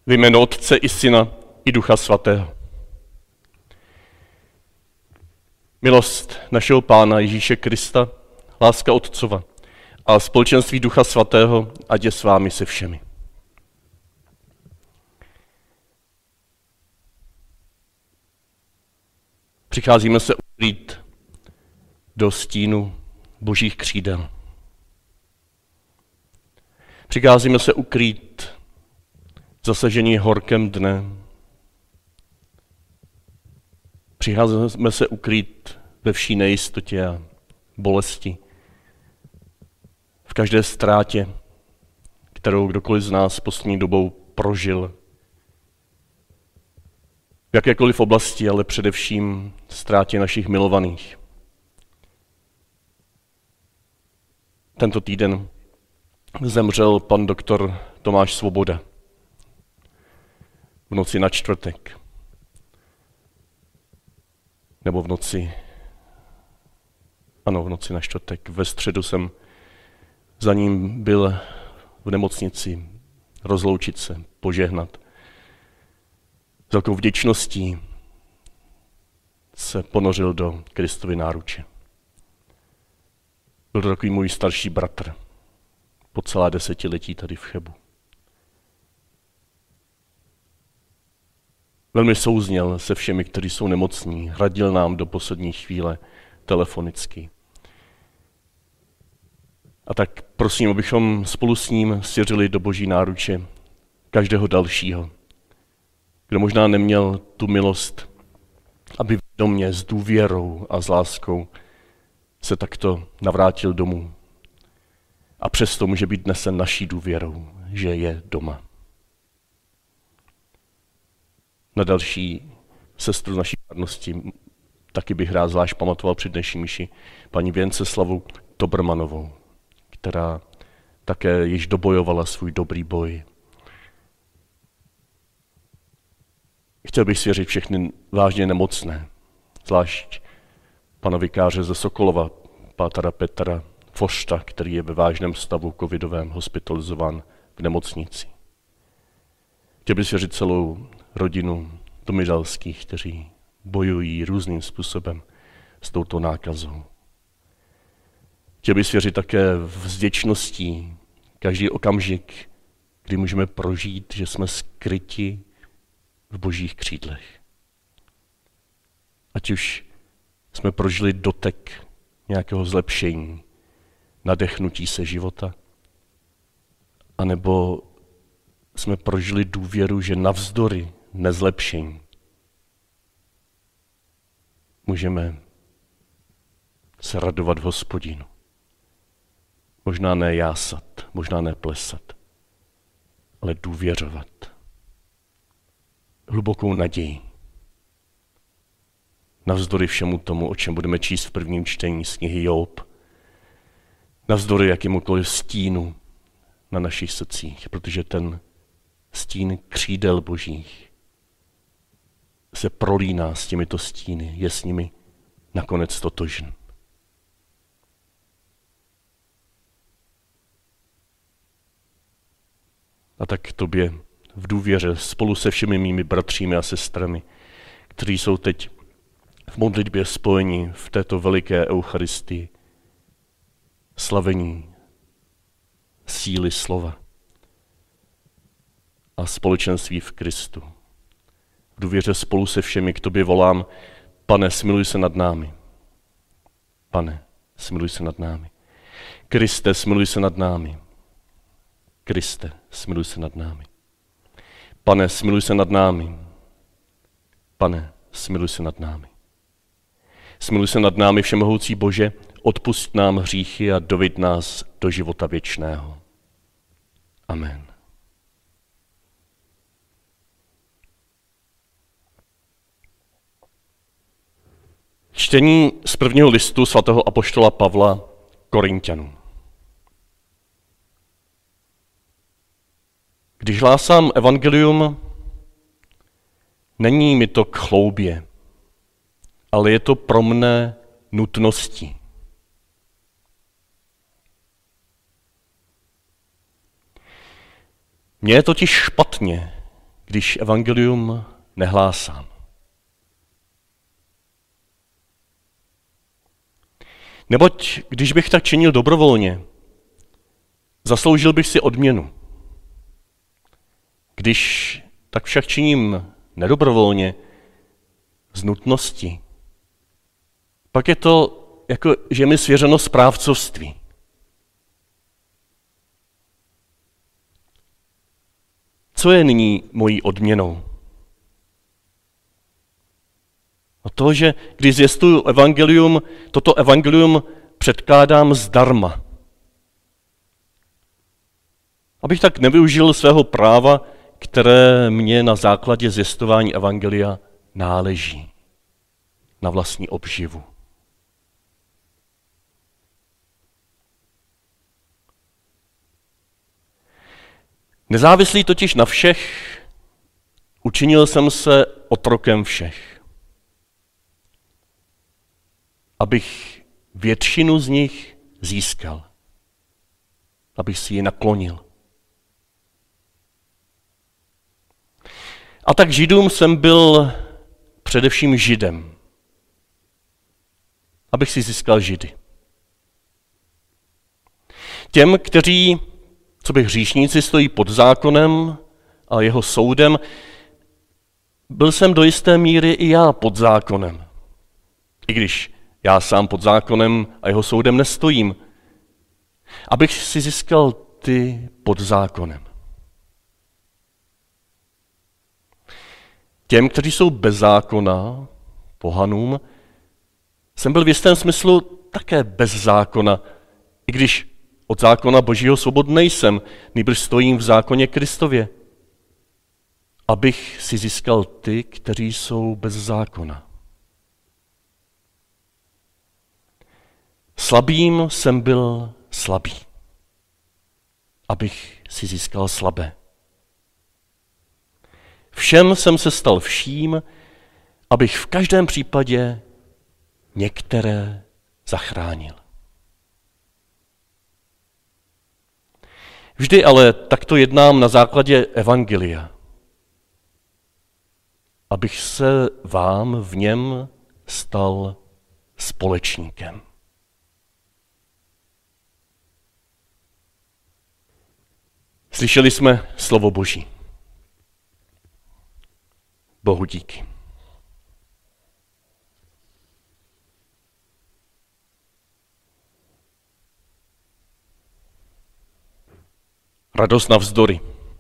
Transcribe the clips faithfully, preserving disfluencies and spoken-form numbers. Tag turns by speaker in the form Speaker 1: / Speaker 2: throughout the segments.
Speaker 1: V jménu Otce i Syna i Ducha Svatého. Milost našeho Pána Ježíše Krista, láska Otcova a společenství Ducha Svatého, ať je s vámi se všemi. Přicházíme se ukrýt do stínu Božích křídel. Přicházíme se ukrýt zasažení horkem dne. Přicházíme se ukrýt ve vší nejistotě a bolesti. V každé ztrátě, kterou kdokoliv z nás poslední dobou prožil. V jakékoliv oblasti, ale především ztrátě našich milovaných. Tento týden zemřel pan doktor Tomáš Svoboda v noci na čtvrtek. Nebo v noci, ano, v noci na čtvrtek. Ve středu jsem za ním byl v nemocnici rozloučit se, požehnat. S velkou vděčností se ponořil do Kristovy náruče. Byl to takový můj starší bratr po celá desetiletí tady v Chebu. Velmi souzněl se všemi, kteří jsou nemocní, radil nám do poslední chvíle telefonicky. A tak prosím, abychom spolu s ním svěřili do Boží náruče každého dalšího, kdo možná neměl tu milost, aby vědomě s důvěrou a s láskou se takto navrátil domů. A přesto může být dnesen naší důvěrou, že je doma. Na další sestru naší farnosti taky bych rád zvlášť pamatoval při dnešní mši paní Věnceslavu Tobermanovou, která také již dobojovala svůj dobrý boj. Chtěl bych svěřit všechny vážně nemocné, zvlášť pana vikáře ze Sokolova, pátra Petra Fošta, který je ve vážném stavu covidovém hospitalizován v nemocnici. Chtěl bych svěřit celou rodinu Tomidalských, kteří bojují různým způsobem s touto nákazou. Chtěl bych svěřit také s vděčností každý okamžik, kdy můžeme prožít, že jsme skryti v Božích křídlech. Ať už jsme prožili dotek nějakého zlepšení, nadechnutí se života, anebo jsme prožili důvěru, že navzdory nezlepšení můžeme se radovat v Hospodinu. Možná ne jásat, možná ne plesat, ale důvěřovat. Hlubokou naději. Navzdory všemu tomu, o čem budeme číst v prvním čtení z knihy Job. Navzdory jakémukoliv stínu na našich srdcích, protože ten stín křídel Božích se prolíná s těmito stíny, je s nimi nakonec totožen. A tak k tobě v důvěře spolu se všemi mými bratřími a sestrami, kteří jsou teď v modlitbě spojení v této veliké eucharistii, slavení síly slova a společenství v Kristu. V důvěře spolu se všemi k tobě volám, Pane, smiluj se nad námi. Pane, smiluj se nad námi. Kriste, smiluj se nad námi. Kriste, smiluj se nad námi. Pane, smiluj se nad námi. Pane, smiluj se nad námi. Smiluj se nad námi, všemohoucí Bože, odpusť nám hříchy a doveď nás do života věčného. Amen. Čtení z prvního listu svatého apoštola Pavla Korinťanům. Když hlásám evangelium, není mi to k chloubě, ale je to pro mne nutností. Mně je totiž špatně, když evangelium nehlásám. Neboť když bych tak činil dobrovolně, zasloužil bych si odměnu. Když tak však činím nedobrovolně, z nutnosti, pak je to, jako že je mi svěřeno správcovství. Co je nyní mojí odměnou? A to, že když zvěstuju evangelium, toto evangelium předkládám zdarma. Abych tak nevyužil svého práva, které mě na základě zvěstování evangelia náleží na vlastní obživu. Nezávislý totiž na všech, učinil jsem se otrokem všech, abych většinu z nich získal, abych si ji naklonil. A tak Židům jsem byl především Židem, abych si získal Židy. Těm, kteří, co bych hříšníci, stojí pod zákonem a jeho soudem, byl jsem do jisté míry i já pod zákonem. I když já sám pod zákonem a jeho soudem nestojím, abych si získal ty pod zákonem. Těm, kteří jsou bez zákona, pohanům, jsem byl v jistém smyslu také bez zákona, i když od zákona Božího svobod nejsem, nýbrž stojím v zákoně Kristově, abych si získal ty, kteří jsou bez zákona. Slabým jsem byl slabý, abych si získal slabé. Všem jsem se stal vším, abych v každém případě některé zachránil. Vždy ale takto jednám na základě evangelia, abych se vám v něm stal společníkem. Slyšeli jsme slovo Boží. Bohu díky. Radost navzdory.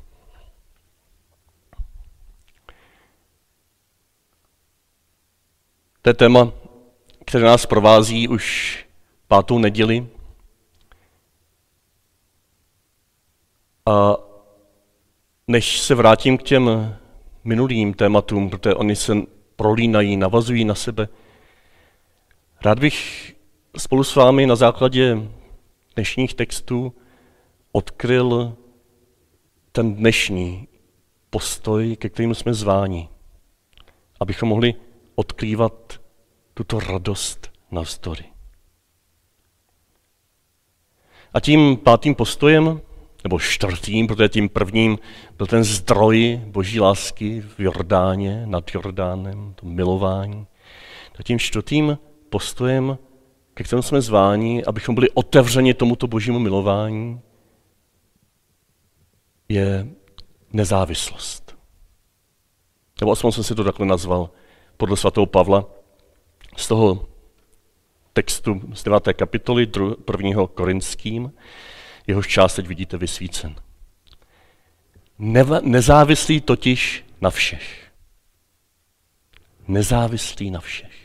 Speaker 1: To je téma, které nás provází už pátou neděli. A než se vrátím k těm minulým tématům, protože oni se prolínají, navazují na sebe, rád bych spolu s vámi na základě dnešních textů odkryl ten dnešní postoj, ke kterým jsme zváni, abychom mohli odkrývat tuto radost navzdory. A tím pátým postojem, nebo čtvrtým, protože tím prvním byl ten zdroj Boží lásky v Jordáně, nad Jordánem, to milování. A tím čtvrtým postojem, ke kterému jsme zváni, abychom byli otevřeni tomuto Božímu milování, je nezávislost. Nebo aspoň jsem si to takhle nazval podle svatého Pavla z toho textu z deváté kapitoly prvního Korinským, jehož část teď vidíte vysvícen. Neva, nezávislý totiž na všech. Nezávislý na všech.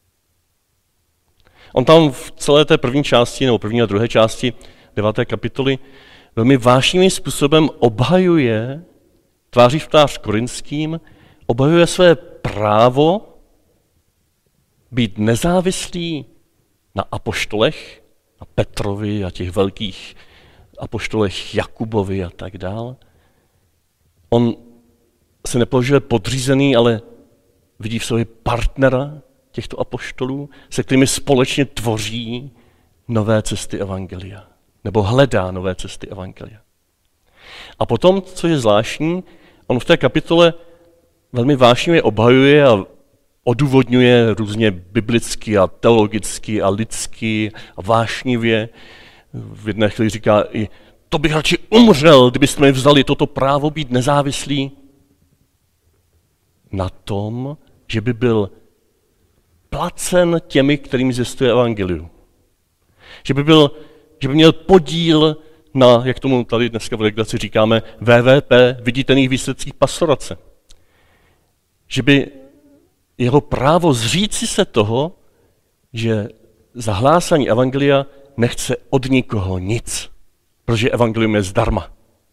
Speaker 1: On tam v celé té první části, nebo první a druhé části deváté kapitoly velmi vážným způsobem obhajuje, tváří v tvář Korinským, obhajuje své právo být nezávislý na apoštolech, na Petrovi a těch velkých apoštolech Jakubovi a tak dál. On se nepovažuje podřízený, ale vidí v sobě partnera těchto apoštolů, se kterými společně tvoří nové cesty evangelia. Nebo hledá nové cesty evangelia. A potom, co je zvláštní, on v té kapitole velmi vášnivě obhajuje a odůvodňuje různě biblicky a teologicky a lidsky a vášnivě. V jedné chvíli říká i, to bych radši umřel, kdybyste mi vzali toto právo být nezávislý na tom, že by byl placen těmi, kterým zjistuje evangelium. Že by, byl, že by měl podíl na, jak tomu tady dneska v legraci říkáme, V V P, viditelných výsledcích pastorace. Že by jeho právo zříci se toho, že za hlásání evangelia nechce od nikoho nic, protože evangelium je zdarma.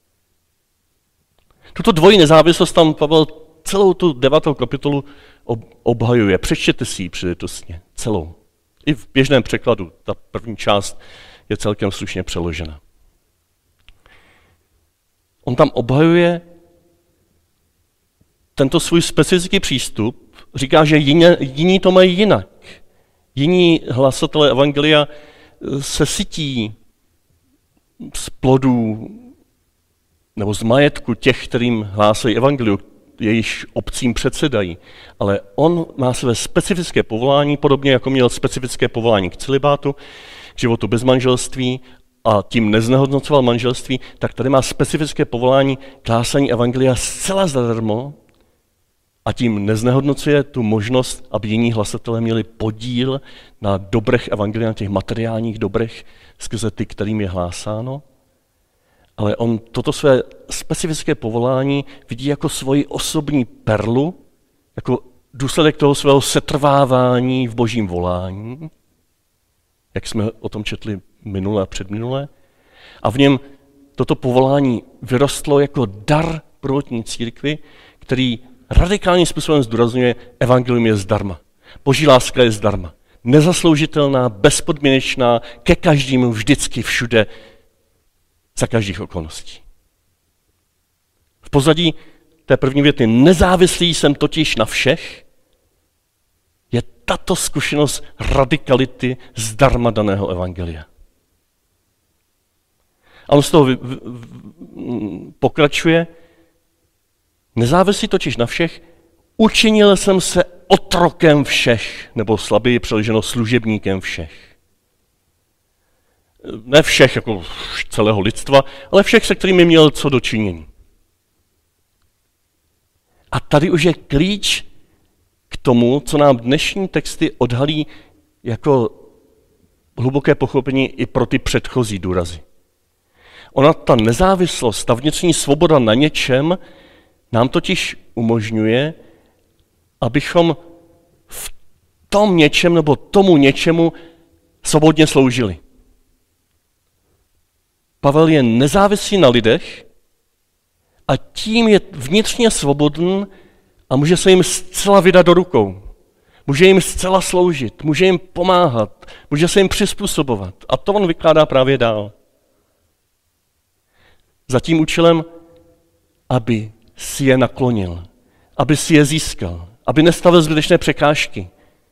Speaker 1: Tuto dvojí nezávislost tam Pavel celou tu devátou kapitolu obhajuje. Přečtěte si ji příležitostně, celou. I v běžném překladu, ta první část je celkem slušně přeložena. On tam obhajuje tento svůj specifický přístup, říká, že jiné, jiní to mají jinak. Jiní hlasatelé evangelia se sytí z plodů nebo z majetku těch, kterým hlásají evangelium, jejíž obcím předsedají. Ale on má své specifické povolání, podobně jako měl specifické povolání k celibátu, k životu bez manželství a tím neznehodnocoval manželství, tak tady má specifické povolání k hlásání evangelia zcela zadarmo a tím neznehodnocuje tu možnost, aby jiní hlasatelé měli podíl na dobrech evangelia, na těch materiálních dobrech skrze ty, kterým je hlásáno. Ale on toto své specifické povolání vidí jako svoji osobní perlu, jako důsledek toho svého setrvávání v božím volání, jak jsme o tom četli minule a předminule. A v něm toto povolání vyrostlo jako dar prvotní církvi, který radikálním způsobem zdůrazňuje, evangelium je zdarma. Boží láska je zdarma. Nezasloužitelná, bezpodmínečná, ke každému, vždycky, všude, za každých okolností. V pozadí té první věty, nezávislý jsem totiž na všech, je tato zkušenost radikality zdarma daného evangelia. A on z toho v, v, v, pokračuje, nezávislý totiž na všech, učinil jsem se otrokem všech, nebo slaběji přeloženo služebníkem všech. Ne všech, jako celého lidstva, ale všech, se kterými měl co do činění. A tady už je klíč k tomu, co nám dnešní texty odhalí jako hluboké pochopení i pro ty předchozí důrazy. Ona, ta nezávislost, ta vnitřní svoboda na něčem, nám totiž umožňuje, abychom v tom něčem nebo tomu něčemu svobodně sloužili. Pavel je nezávislý na lidech a tím je vnitřně svobodný a může se jim zcela vydat do rukou. Může jim zcela sloužit, může jim pomáhat, může se jim přizpůsobovat. A to on vykládá právě dál. Za tím účelem, aby si je naklonil, aby si je získal, aby nestavil zbytečné překážky,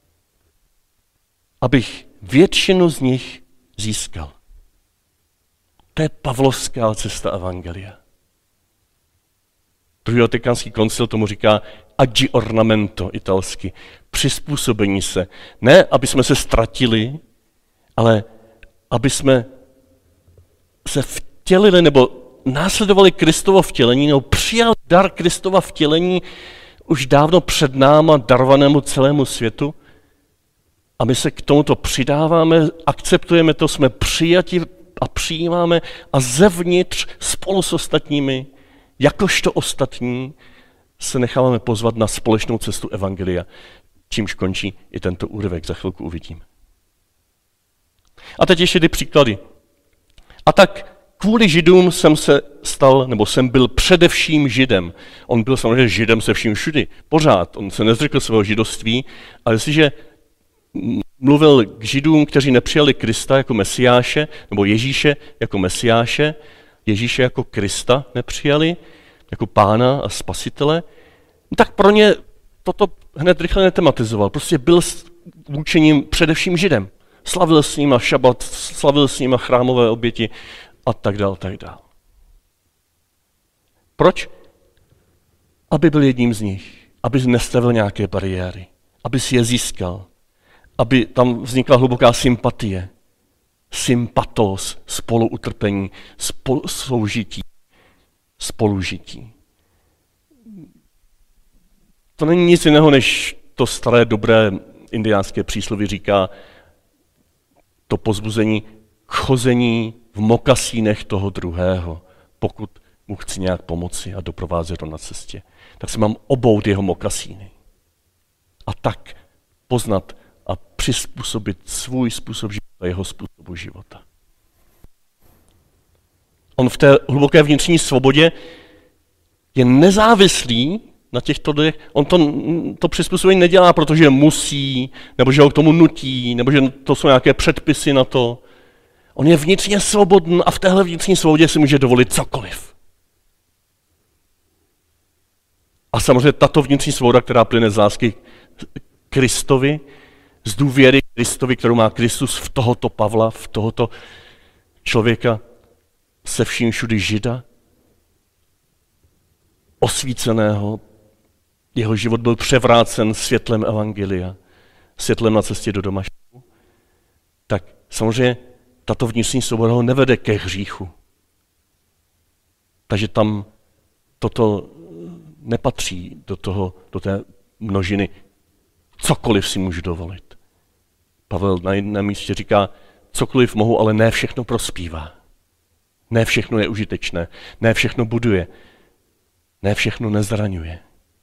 Speaker 1: abych většinu z nich získal. To je pavlovská cesta evangelia. Druhý vatikánský koncil tomu říká agi ornamento italsky, přizpůsobení se. Ne, aby jsme se ztratili, ale aby jsme se vtělili nebo následovali Kristovo vtělení, nebo přijali dar Kristova vtělení už dávno před náma darovanému celému světu. A my se k tomuto přidáváme, akceptujeme to, jsme přijati a přijímáme a zevnitř spolu s ostatními, jakožto ostatní, se necháváme pozvat na společnou cestu evangelia, čímž končí i tento úryvek, za chvilku uvidíme. A teď ještě ty příklady. A tak kvůli Židům jsem se stal, nebo jsem byl především Židem. On byl samozřejmě Židem se vším všudy, pořád, on se nezřekl svého židovství, ale jestliže mluvil k Židům, kteří nepřijali Krista jako Mesiáše, nebo Ježíše jako Mesiáše, Ježíše jako Krista nepřijali, jako pána a spasitele, tak pro ně toto hned rychle netematizoval. Prostě byl s učením především Židem. Slavil s nima šabat, slavil s nima chrámové oběti a tak dál, tak dál. Proč? Aby byl jedním z nich. aby nestavil nějaké bariéry, aby si je získal, aby tam vznikla hluboká sympatie, sympatos, spoluutrpení, spolu, soužití, spolužití. To není nic jiného, než to staré, dobré indiánské přísloví říká, to povzbuzení k chození v mokasínech toho druhého, pokud mu chci nějak pomoci a doprovázet ho na cestě. Tak si mám obout jeho mokasíny. A tak poznat a přizpůsobit svůj způsob života jeho způsobu života. On v té hluboké vnitřní svobodě je nezávislý na těchto lidech. On to, to přizpůsobení nedělá, protože musí, nebo že ho k tomu nutí, nebo že to jsou nějaké předpisy na to. On je vnitřně svobodný a v téhle vnitřní svobodě si může dovolit cokoliv. A samozřejmě tato vnitřní svoboda, která plyne z lásky Kristovi, z důvěry Kristovi, kterou má Kristus v tohoto Pavla, v tohoto člověka se vším všudy Žida, osvíceného, jeho život byl převrácen světlem evangelia, světlem na cestě do Damašku, tak samozřejmě tato vnitřní svoboda ho nevede ke hříchu. Takže tam toto nepatří do toho, do té množiny. Cokoliv si můžu dovolit. Pavel na jednom místě říká, cokoliv mohu, ale ne všechno prospívá. Ne všechno je užitečné, ne všechno buduje, ne všechno nezraňuje.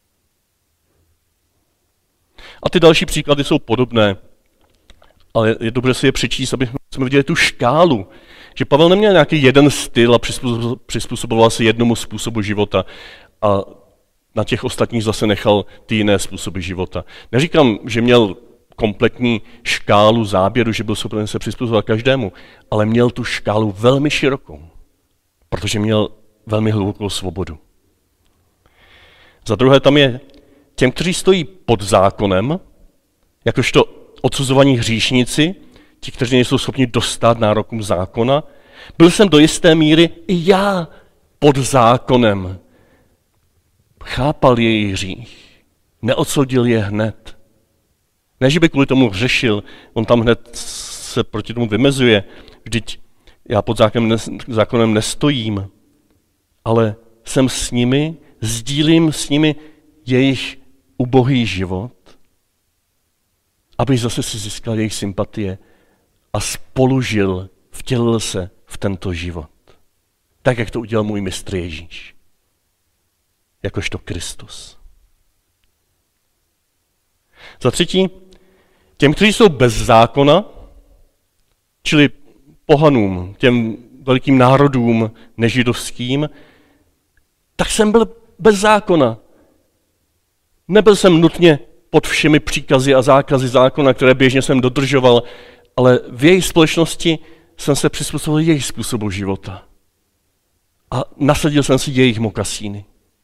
Speaker 1: A ty další příklady jsou podobné, ale je dobře si je přečíst, aby jsme viděli tu škálu, že Pavel neměl nějaký jeden styl a přizpůsoboval se jednomu způsobu života a na těch ostatních zase nechal ty jiné způsoby života. Neříkám, že měl kompletní škálu záběru, že byl schopen se přizpůsobovat každému, ale měl tu škálu velmi širokou, protože měl velmi hlubokou svobodu. Za druhé tam je těm, kteří stojí pod zákonem, jakožto odsuzovaní hříšníci, ti, kteří nejsou schopni dostat nárokům zákona. Byl jsem do jisté míry i já pod zákonem. Chápal jejich hřích, neodsoudil je hned. Ne, že by kvůli tomu řešil, on tam hned se proti tomu vymezuje, vždyť já pod zákonem, nes, zákonem nestojím, ale jsem s nimi, sdílím s nimi jejich ubohý život, abych zase si získal jejich sympatie a spolužil, vtělil se v tento život. Tak, jak to udělal můj mistr Ježíš. Jakožto Kristus. Za třetí, těm, kteří jsou bez zákona, čili pohanům, těm velikým národům nežidovským, tak jsem byl bez zákona. Nebyl jsem nutně pod všemi příkazy a zákazy zákona, které běžně jsem dodržoval, ale v jejich společnosti jsem se přizpůsobil jejich způsobu života. A nasadil jsem si jejich mokasíny.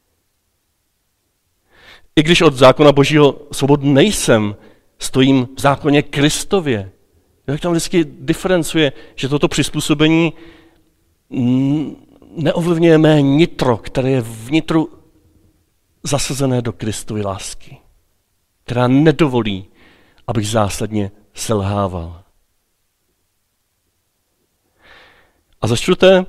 Speaker 1: I když od zákona Božího svobodný nejsem, stojím v zákoně Kristově. Jak tam vždycky diferencuje, že toto přizpůsobení neovlivňuje mé nitro, které je vnitru zasazené do Kristovy lásky, která nedovolí, abych zásadně selhával. A za čtvrté,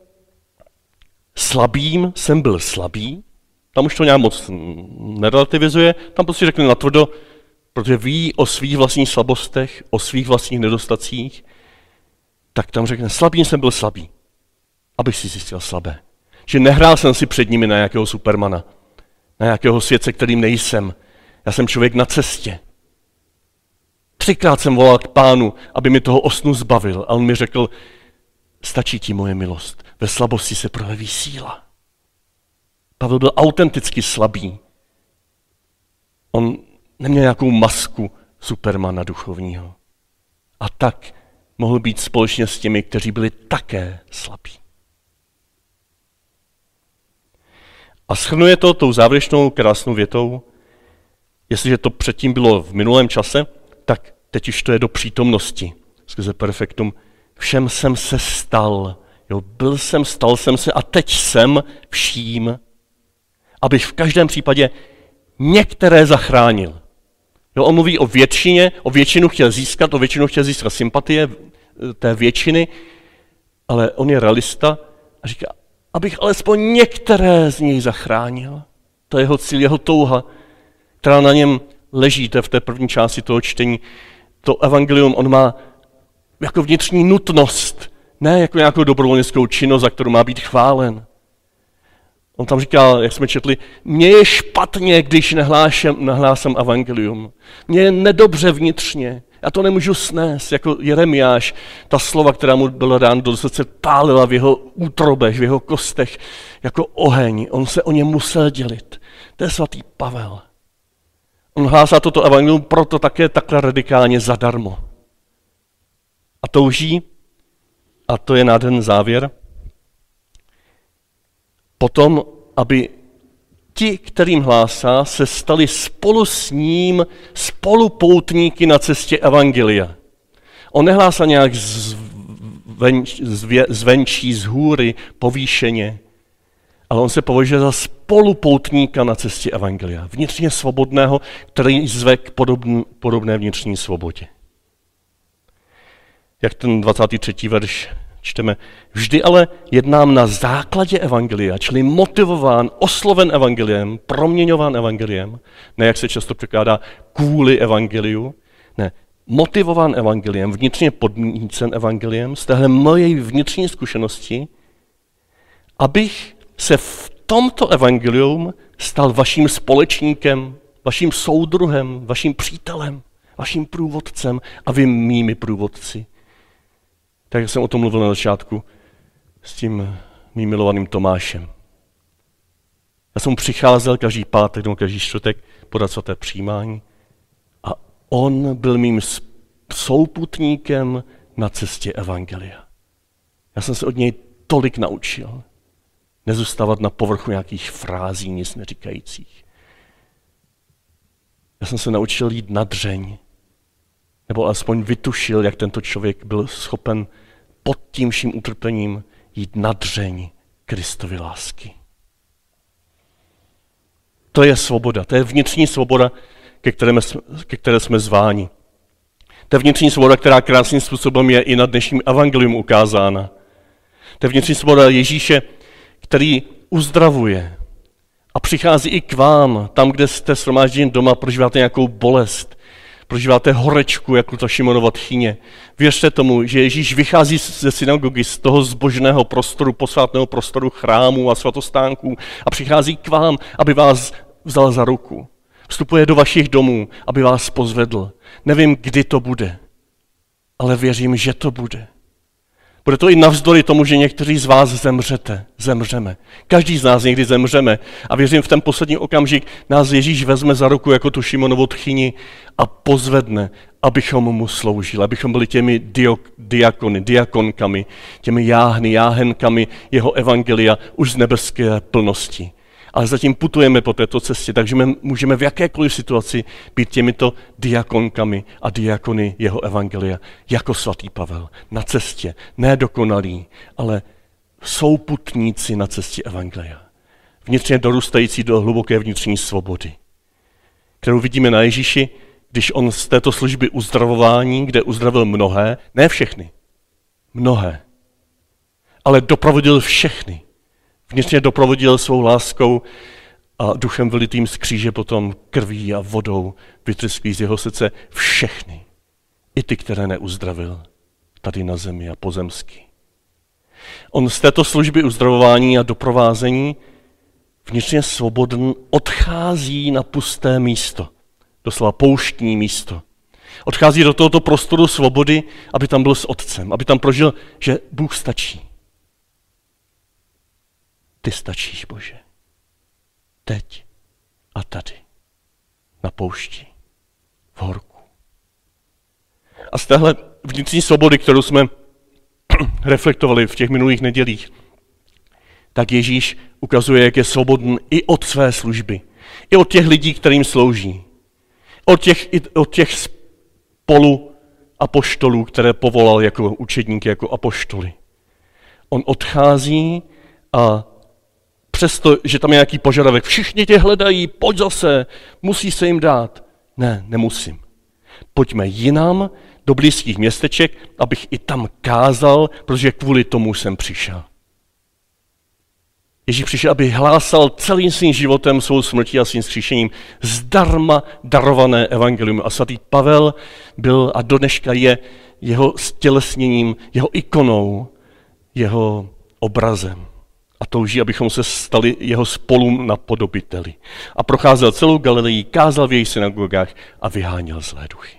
Speaker 1: slabým jsem byl slabý, tam už to nějak moc nerelativizuje, tam prostě řekne natvrdo, protože ví o svých vlastních slabostech, o svých vlastních nedostacích, tak tam řekne, slabým jsem byl slabý, abych si zjistil slabé. Že nehrál jsem si před nimi na nějakého supermana, na nějakého světce, kterým nejsem. Já jsem člověk na cestě. Třikrát jsem volal k Pánu, aby mi toho osnu zbavil a on mi řekl, stačí ti moje milost, ve slabosti se projeví síla. Pavel byl autenticky slabý. On neměl nějakou masku supermana duchovního. A tak mohl být společně s těmi, kteří byli také slabí. A shrnuje to tou závěrečnou krásnou větou, jestliže to předtím bylo v minulém čase, tak teď už to je do přítomnosti. Skrze perfektum. Všem jsem se stal. Jo, byl jsem, stal jsem se a teď jsem vším, abych v každém případě některé zachránil. Jo, on mluví o většině, o většinu chtěl získat, o většinu chtěl získat sympatie té většiny, ale on je realista a říká, abych alespoň některé z něj zachránil. To je jeho cíl, jeho touha, která na něm leží, to je v té první části toho čtení. To evangelium on má jako vnitřní nutnost, ne jako nějakou dobrovolnickou činnost, za kterou má být chválen. On tam říká, jak jsme četli, mně je špatně, když nehlásím, nehlásím evangelium. Mně je nedobře vnitřně. Já to nemůžu snést, jako Jeremiáš. Ta slova, která mu byla dána do srdce, pálila v jeho útrobech, v jeho kostech, jako oheň. On se o ně musel dělit. To je svatý Pavel. On hlásá toto evangelium proto také takhle radikálně zadarmo. A touží, a to je nádherný závěr, potom, aby ti, kterým hlásá, se stali spolu s ním spolupoutníky na cestě evangelia. On nehlásá nějak zvenč, zvenčí, z hůry, povýšeně, ale on se považuje za spolupoutníka na cestě evangelia. Vnitřně svobodného, který zve k podobn, podobné vnitřní svobodě. Jak ten dvacátý třetí verš čteme, vždy ale jednám na základě evangelia, čili motivován, osloven evangeliem, proměňován evangeliem, ne jak se často překládá kvůli evangeliu, ne, motivován evangeliem, vnitřně podnícen evangeliem, z téhle mojej vnitřní zkušenosti, abych se v tomto evangelium stal vaším společníkem, vaším soudruhem, vaším přítelem, vaším průvodcem a vy mými průvodci. Tak jak jsem o tom mluvil na začátku s tím mým milovaným Tomášem. Já jsem mu přicházel každý pátek nebo každý čtvrtek podat svaté přijímání a on byl mým souputníkem na cestě evangelia. Já jsem se od něj tolik naučil. Nezůstávat na povrchu nějakých frází, nic neříkajících. Já jsem se naučil jít na dřeň, nebo alespoň vytušil, jak tento člověk byl schopen pod tím vším utrpením jít na dřeň Kristovy lásky. To je svoboda, to je vnitřní svoboda, ke které, ke které jsme zváni. To je vnitřní svoboda, která krásným způsobem je i na dnešním evangelium ukázána. To je vnitřní svoboda Ježíše, který uzdravuje a přichází i k vám, tam, kde jste shromážděni doma, prožíváte nějakou bolest, prožíváte horečku, jako ta Šimonova tchyně. Věřte tomu, že Ježíš vychází ze synagogy, z toho zbožného prostoru, posvátného prostoru chrámů a svatostánků a přichází k vám, aby vás vzal za ruku. Vstupuje do vašich domů, aby vás pozvedl. Nevím, kdy to bude, ale věřím, že to bude. Bude to i navzdory tomu, že někteří z vás zemřete, zemřeme. Každý z nás někdy zemřeme a věřím, v ten poslední okamžik nás Ježíš vezme za ruku jako tu Šimonovu tchyni a pozvedne, abychom mu sloužili, abychom byli těmi diok, diakony, diakonkami, těmi jáhny, jáhenkami jeho evangelia už z nebeské plnosti. Ale zatím putujeme po této cestě, takže my můžeme v jakékoliv situaci být těmito diakonkami a diakony jeho evangelia, jako svatý Pavel, na cestě, ne dokonalí, ale souputníci na cestě evangelia. Vnitřně dorůstající do hluboké vnitřní svobody, kterou vidíme na Ježíši, když on z této služby uzdravování, kde uzdravil mnohé, ne všechny, mnohé, ale doprovodil všechny. Vnitřně doprovodil svou láskou a duchem vylitým z kříže potom krví a vodou vytryskví z jeho srdce všechny. I ty, které neuzdravil tady na zemi a pozemsky. On z této služby uzdravování a doprovázení vnitřně svobodný odchází na pusté místo. Doslova pouštní místo. Odchází do tohoto prostoru svobody, aby tam byl s Otcem, aby tam prožil, že Bůh stačí. Ty stačíš, Bože. Teď a tady. Na poušti. V horku. A z téhle vnitřní svobody, kterou jsme reflektovali v těch minulých nedělích, tak Ježíš ukazuje, jak je svobodný i od své služby. I od těch lidí, kterým slouží. Od těch, i od těch spolu apoštolů, které povolal jako učedníky, jako apoštoly. On odchází a přesto, že tam je nějaký požadavek, všichni tě hledají, pojď zase, musí se jim dát. Ne, nemusím. Pojďme jinam, do blízkých městeček, abych i tam kázal, protože kvůli tomu jsem přišel. Ježíš přišel, aby hlásal celým svým životem, svou smrtí a svým vzkříšením zdarma darované evangelium. A svatý Pavel byl a do dneška je jeho stělesněním, jeho ikonou, jeho obrazem. A touží, abychom se stali jeho spolu napodobiteli. A procházel celou Galilei, kázal v jejich synagogách a vyháněl zlé duchy.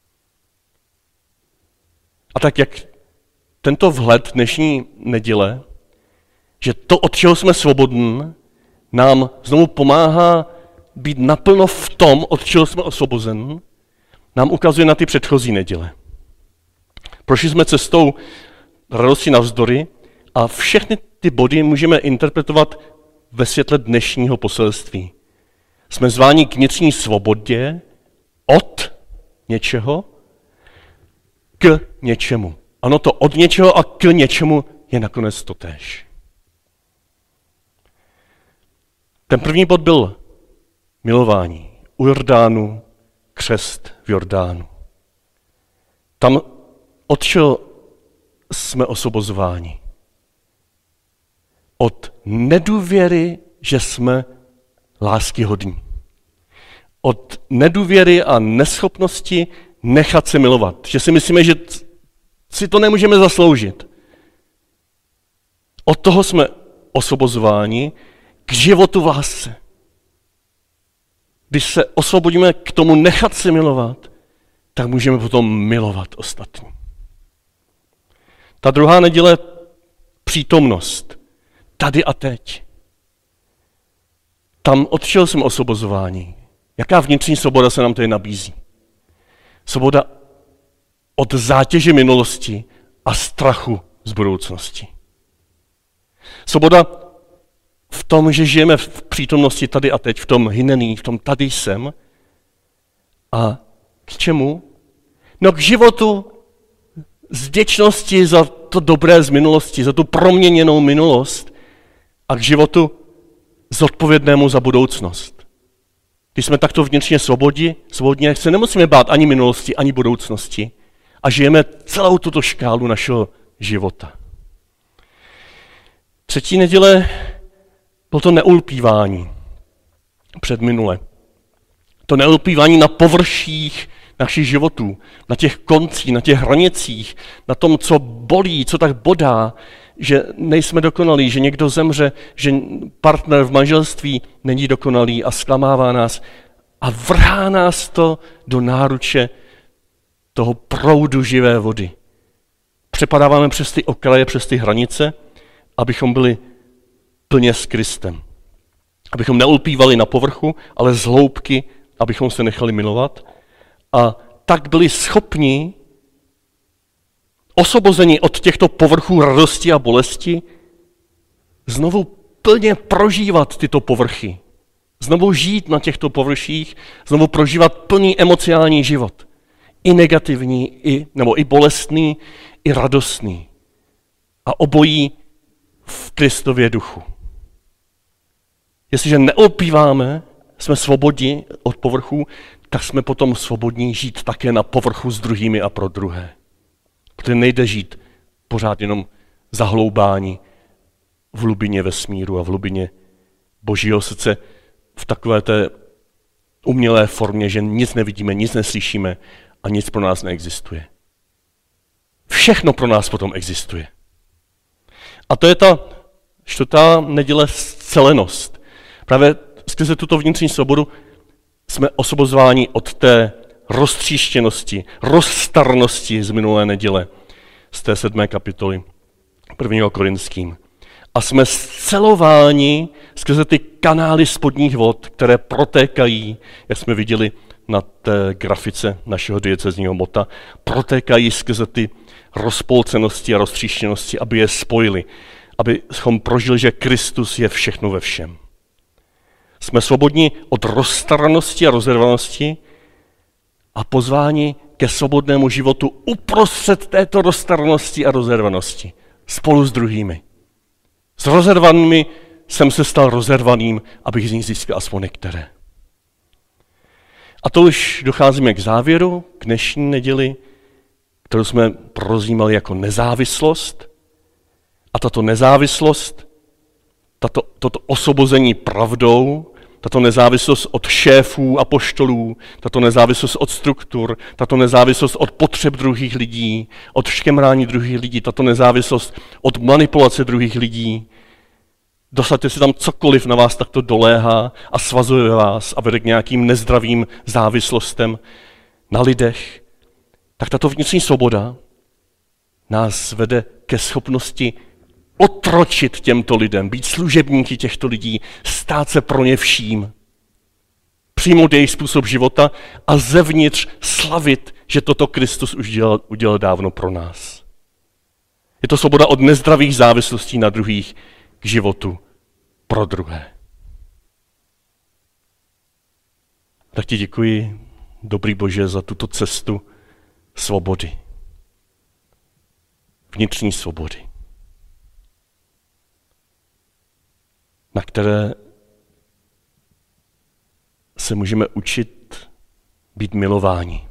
Speaker 1: A tak jak tento vhled dnešní neděle, že to, od čeho jsme svobodní, nám znovu pomáhá být naplno v tom, od čeho jsme osvobozeni, nám ukazuje na ty předchozí neděle. Prošli jsme cestou radosti navzdory a všechny ty body můžeme interpretovat ve světle dnešního poselství. Jsme zváni k vnitřní svobodě od něčeho k něčemu. Ano, to od něčeho a k něčemu je nakonec totéž. Ten první bod byl milování. U Jordánu, křest v Jordánu. Tam od čeho jsme osvobozováni? Od nedůvěry, že jsme láskyhodní. Od nedůvěry a neschopnosti nechat se milovat. Že si myslíme, že si to nemůžeme zasloužit. Od toho jsme osvobozováni k životu v lásce. Když se osvobodíme k tomu nechat se milovat, tak můžeme potom milovat ostatní. Ta druhá neděle přítomnost. Tady a teď. Tam od čeho jsme osvobozováni? Jaká vnitřní svoboda se nám tady nabízí? Svoboda od zátěže minulosti a strachu z budoucnosti. Svoboda v tom, že žijeme v přítomnosti tady a teď, v tom hynený, v tom tady jsem. A k čemu? No k životu z vděčnosti za to dobré z minulosti, za tu proměněnou minulost a k životu zodpovědnému za budoucnost. Když jsme takto vnitřně svobodní, svobodně, se nemusíme bát ani minulosti, ani budoucnosti a žijeme celou tuto škálu našeho života. Třetí neděle bylo to neulpívání před minule. To neulpívání na površích našich životů, na těch koncích, na těch hranicích, na tom, co bolí, co tak bodá, že nejsme dokonalí, že někdo zemře, že partner v manželství není dokonalý a zklamává nás a vrhá nás to do náruče toho proudu živé vody. Přepadáváme přes ty okraje, přes ty hranice, abychom byli plně s Kristem. Abychom neulpívali na povrchu, ale z hloubky, abychom se nechali milovat. A tak byli schopni, osvobozeni od těchto povrchů radosti a bolesti, znovu plně prožívat tyto povrchy. Znovu žít na těchto površích, znovu prožívat plný emocionální život. I negativní, i, nebo i bolestný, i radostný. A obojí v Kristově duchu. Jestliže neulpíváme, jsme svobodní od povrchu, tak jsme potom svobodní žít také na povrchu s druhými a pro druhé. Protože nejde žít pořád jenom zahloubání v hlubině vesmíru a v hlubině Božího srdce v takové té umělé formě, že nic nevidíme, nic neslyšíme a nic pro nás neexistuje. Všechno pro nás potom existuje. A to je ta čtvrtá neděle scelenost. Právě skrze tuto vnitřní svobodu jsme osvobozováni od té roztříštěnosti, rozstarnosti z minulé neděle, z té sedmé kapitoly prvního Korinským. A jsme scelováni skrze ty kanály spodních vod, které protékají, jak jsme viděli na té grafice našeho diecezního mota, protékají skrze ty rozpolcenosti a roztříštěnosti, aby je spojili, abychom prožili, že Kristus je všechno ve všem. Jsme svobodní od rozstaranosti a rozervanosti a pozváni ke svobodnému životu uprostřed této rozstaranosti a rozervanosti spolu s druhými. S rozervanými jsem se stal rozervaným, abych z ní získal aspoň některé. A to už docházíme k závěru, k dnešní neděli, kterou jsme prozímali jako nezávislost. A tato nezávislost, tato, toto osvobození pravdou, tato nezávislost od šéfů a apoštolů, tato nezávislost od struktur, tato nezávislost od potřeb druhých lidí, od škemrání druhých lidí, tato nezávislost od manipulace druhých lidí. Dosaďte si tam cokoliv na vás takto doléhá a svazuje vás a vede k nějakým nezdravým závislostem na lidech. Tak tato vnitřní svoboda nás vede ke schopnosti otročit těmto lidem, být služebníky těchto lidí, stát se pro ně vším, přijmout jejich způsob života a zevnitř slavit, že toto Kristus už dělal, udělal dávno pro nás. Je to svoboda od nezdravých závislostí na druhých k životu pro druhé. Tak ti děkuji, dobrý Bože, za tuto cestu svobody. Vnitřní svobody. Na které se můžeme učit být milováni.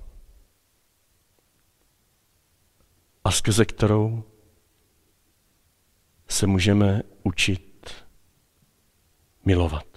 Speaker 1: A skrze kterou se můžeme učit milovat.